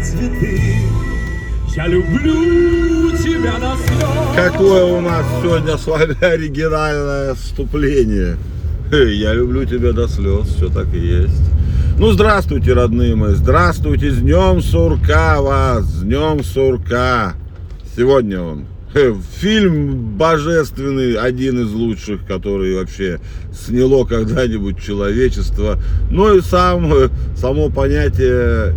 цветы. Я люблю тебя до слез. Какое у нас сегодня с вами оригинальное вступление. Я люблю тебя до слез, все так и есть. Ну, здравствуйте, родные мои, здравствуйте, с днем сурка вас, с днем сурка. Сегодня он. Фильм божественный, один из лучших, который вообще сняло когда-нибудь человечество. Ну и само понятие,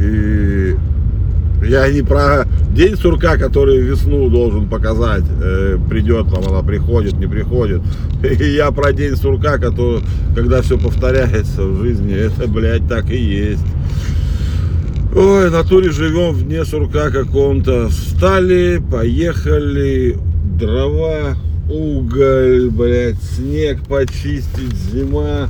я не про день сурка, который весну должен показать, придет, там она приходит, не приходит. Я про день сурка, который, когда все повторяется в жизни, это, блядь, так и есть. Ой, в натуре живем в дне сурка каком-то. Встали, поехали, дрова, уголь, блядь, снег почистить, зима,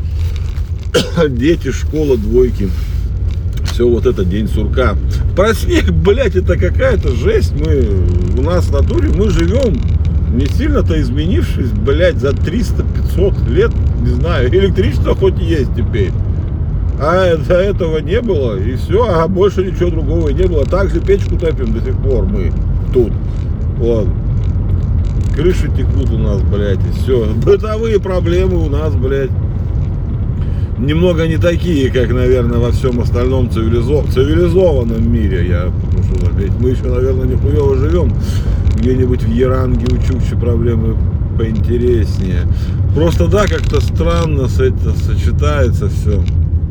дети, школа, двойки. Все вот это день сурка. Про снег, блядь, это какая-то жесть. У нас в натуре мы живем, не сильно-то изменившись, блядь, за 300-500 лет, не знаю, электричество хоть есть теперь. А до этого не было, и все, а больше ничего другого не было. Также печку топим до сих пор мы тут. Вот. Крыши текут у нас, блядь, и все. Бытовые проблемы у нас, блядь, немного не такие, как, наверное, во всем остальном цивилизованном мире. Потому что, блядь, мы еще, наверное, нихуево живем. Где-нибудь в Яранге у Чукчи проблемы поинтереснее. Просто, да, как-то странно это сочетается все.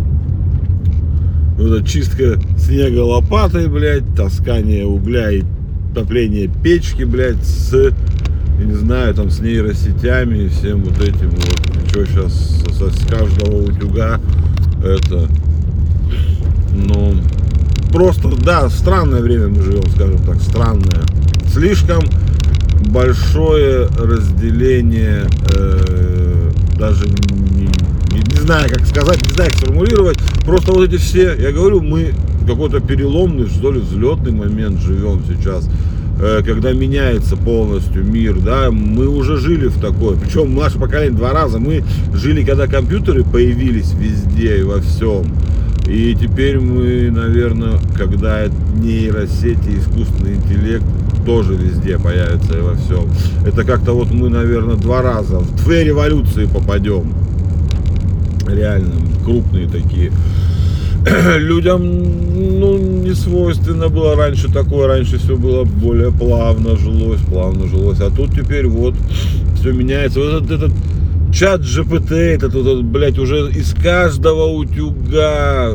Вот чистка снега лопатой, блядь, таскание угля и топление печки, блядь, я не знаю, там, с нейросетями и всем вот этим вот. Что сейчас с каждого утюга это, ну, просто, да, странное время мы живем, скажем так, странное. Слишком большое разделение, даже не знаю, как сказать, не знаю, как сформулировать. Просто вот эти все, я говорю, мы какой-то переломный, что ли, взлетный момент живем сейчас, когда меняется полностью мир, да, мы уже жили в такое, причем наше поколение 2 раза, мы жили, когда компьютеры появились везде и во всем, и теперь мы, наверное, когда нейросети, искусственный интеллект тоже везде появится и во всем, это как-то вот мы, наверное, 2 раза в 2 революции попадем. Реально крупные такие. Людям, ну, не свойственно было раньше такое, раньше все было более плавно жилось, а тут теперь вот все меняется. Вот этот чат GPT, этот, блядь, уже из каждого утюга,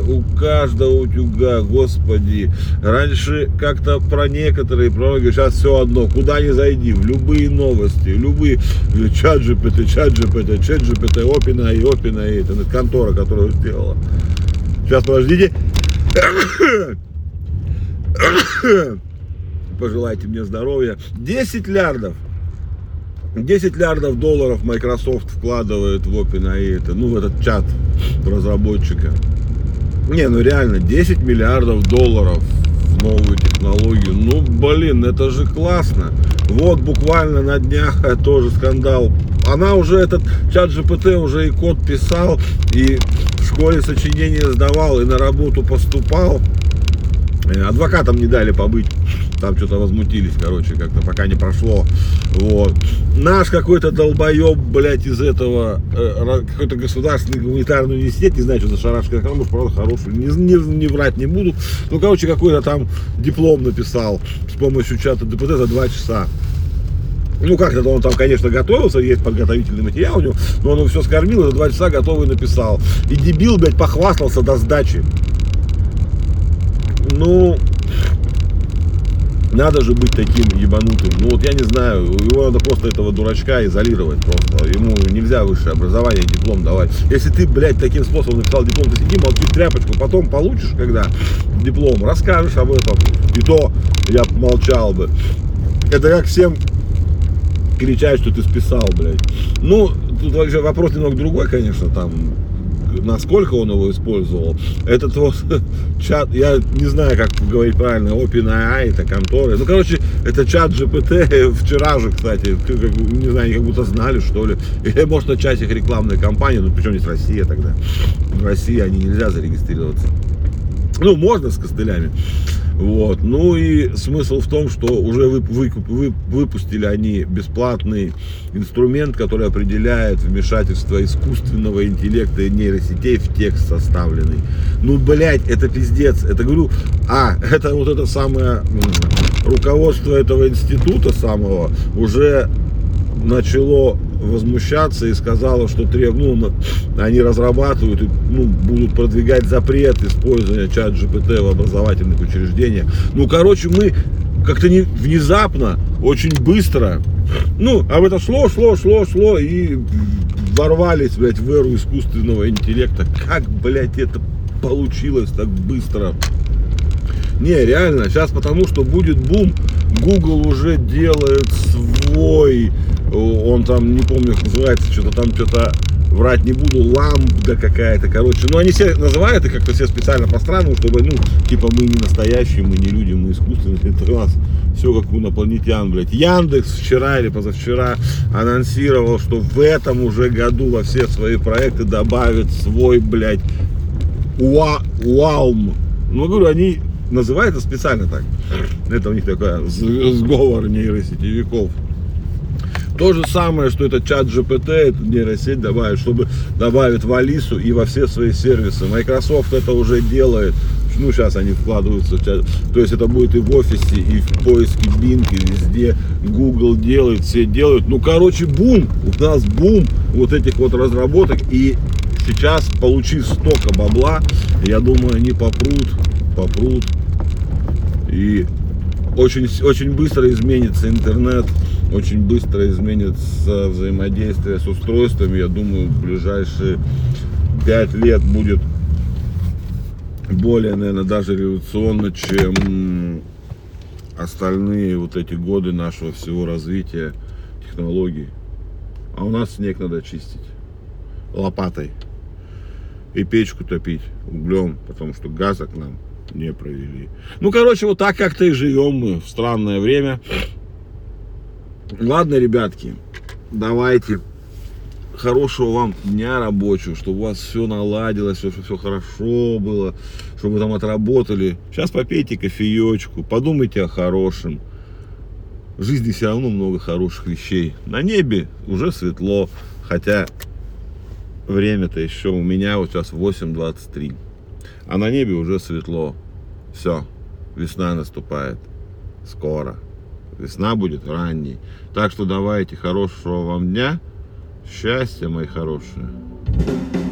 господи. Раньше как-то про некоторые, сейчас все одно, куда ни зайди, в любые новости, любые, чат GPT, OpenAI, это контора, которая сделала. Сейчас, подождите. Пожелайте мне здоровья. 10 миллиардов долларов Microsoft вкладывает в OpenAI, это, ну, в этот чат разработчика. Не, ну реально, 10 миллиардов долларов в новую технологию. Ну, блин, это же классно. Вот буквально на днях тоже скандал. Она уже, этот чат GPT уже и код писал, и в школе сочинения сдавал, и на работу поступал. Адвокатам не дали побыть. Там что-то возмутились, короче, как-то пока не прошло. Вот. Наш какой-то долбоеб, блядь, из этого, какой-то государственный гуманитарный университет, не знаю, что за шарашка, может, правда, хороший, не врать не буду. Ну, короче, какой-то там диплом написал с помощью чата GPT за 2 часа. Ну, как-то он там, конечно, готовился, есть подготовительный материал у него, но он его все скормил, и за 2 часа готовый написал. И дебил, блядь, похвастался до сдачи. Ну, надо же быть таким ебанутым. Ну, вот я не знаю, его надо просто, этого дурачка, изолировать просто. Ему нельзя высшее образование, диплом давать. Если ты, блядь, таким способом написал диплом, ты сиди, молчи тряпочку, потом получишь, когда диплом, расскажешь об этом. И то я молчал бы. Это как всем кричать, что ты списал, блядь. Ну, тут вообще вопрос немного другой, конечно, там, насколько он его использовал. Этот вот чат, я не знаю, как говорить правильно, OpenAI, это конторы. Ну, короче, это чат GPT, вчера же, кстати, не знаю, они как будто знали, что ли. Или, может, это часть их рекламной кампании, ну, причем здесь Россия тогда. В России они нельзя зарегистрироваться. Ну, можно с костылями. Вот. Ну и смысл в том, что уже выпустили они бесплатный инструмент, который определяет вмешательство искусственного интеллекта и нейросетей в текст составленный. Ну, блядь, это пиздец. Это, говорю, это вот это самое руководство этого института самого уже начало возмущаться и сказала, что они разрабатывают и будут продвигать запрет использования чат GPT в образовательных учреждениях. Ну, короче, мы как-то внезапно, очень быстро, об это шло и ворвались, блядь, в эру искусственного интеллекта. Как, блядь, это получилось так быстро? Не, реально, сейчас потому что будет бум. Google уже делает свой, он там, не помню, как называется, что-то врать не буду, ламбда какая-то, короче. Ну, они все называют их как-то все специально по-странному, чтобы, типа, мы не настоящие, мы не люди, мы искусственные. Это у нас все как у инопланетян, блядь. Яндекс вчера или позавчера анонсировал, что в этом уже году во все свои проекты добавит свой, блядь, Уалм. Ну, говорю, они называют это специально так. Это у них такой сговор нейросетевиков. То же самое, что это чат GPT, это нейросеть добавит, чтобы добавить в Алису и во все свои сервисы. Microsoft это уже делает. Сейчас они вкладываются в чат. То есть это будет и в офисе, и в поиске Bing, и везде. Google делает, все делают. Короче, бум. У нас бум вот этих вот разработок. И сейчас, получив столько бабла, я думаю, они попрут. И очень, очень быстро изменится интернет, очень быстро изменится взаимодействие с устройствами. Я думаю, в ближайшие 5 лет будет более, наверное, даже революционно, чем остальные вот эти годы нашего всего развития технологий. А у нас снег надо чистить лопатой и печку топить углем, потому что газа к нам не провели. Короче, вот так как-то и живем мы в странное время. Ладно, ребятки, давайте. Хорошего вам дня рабочего, чтобы у вас все наладилось, чтобы все хорошо было, чтобы вы там отработали. Сейчас попейте кофеечку, подумайте о хорошем. В жизни все равно много хороших вещей. На небе уже светло, хотя время-то еще у меня вот сейчас 8:23. А на небе уже светло. Все, весна наступает. Скоро. Весна будет ранней. Так что давайте, хорошего вам дня. Счастья, мои хорошие.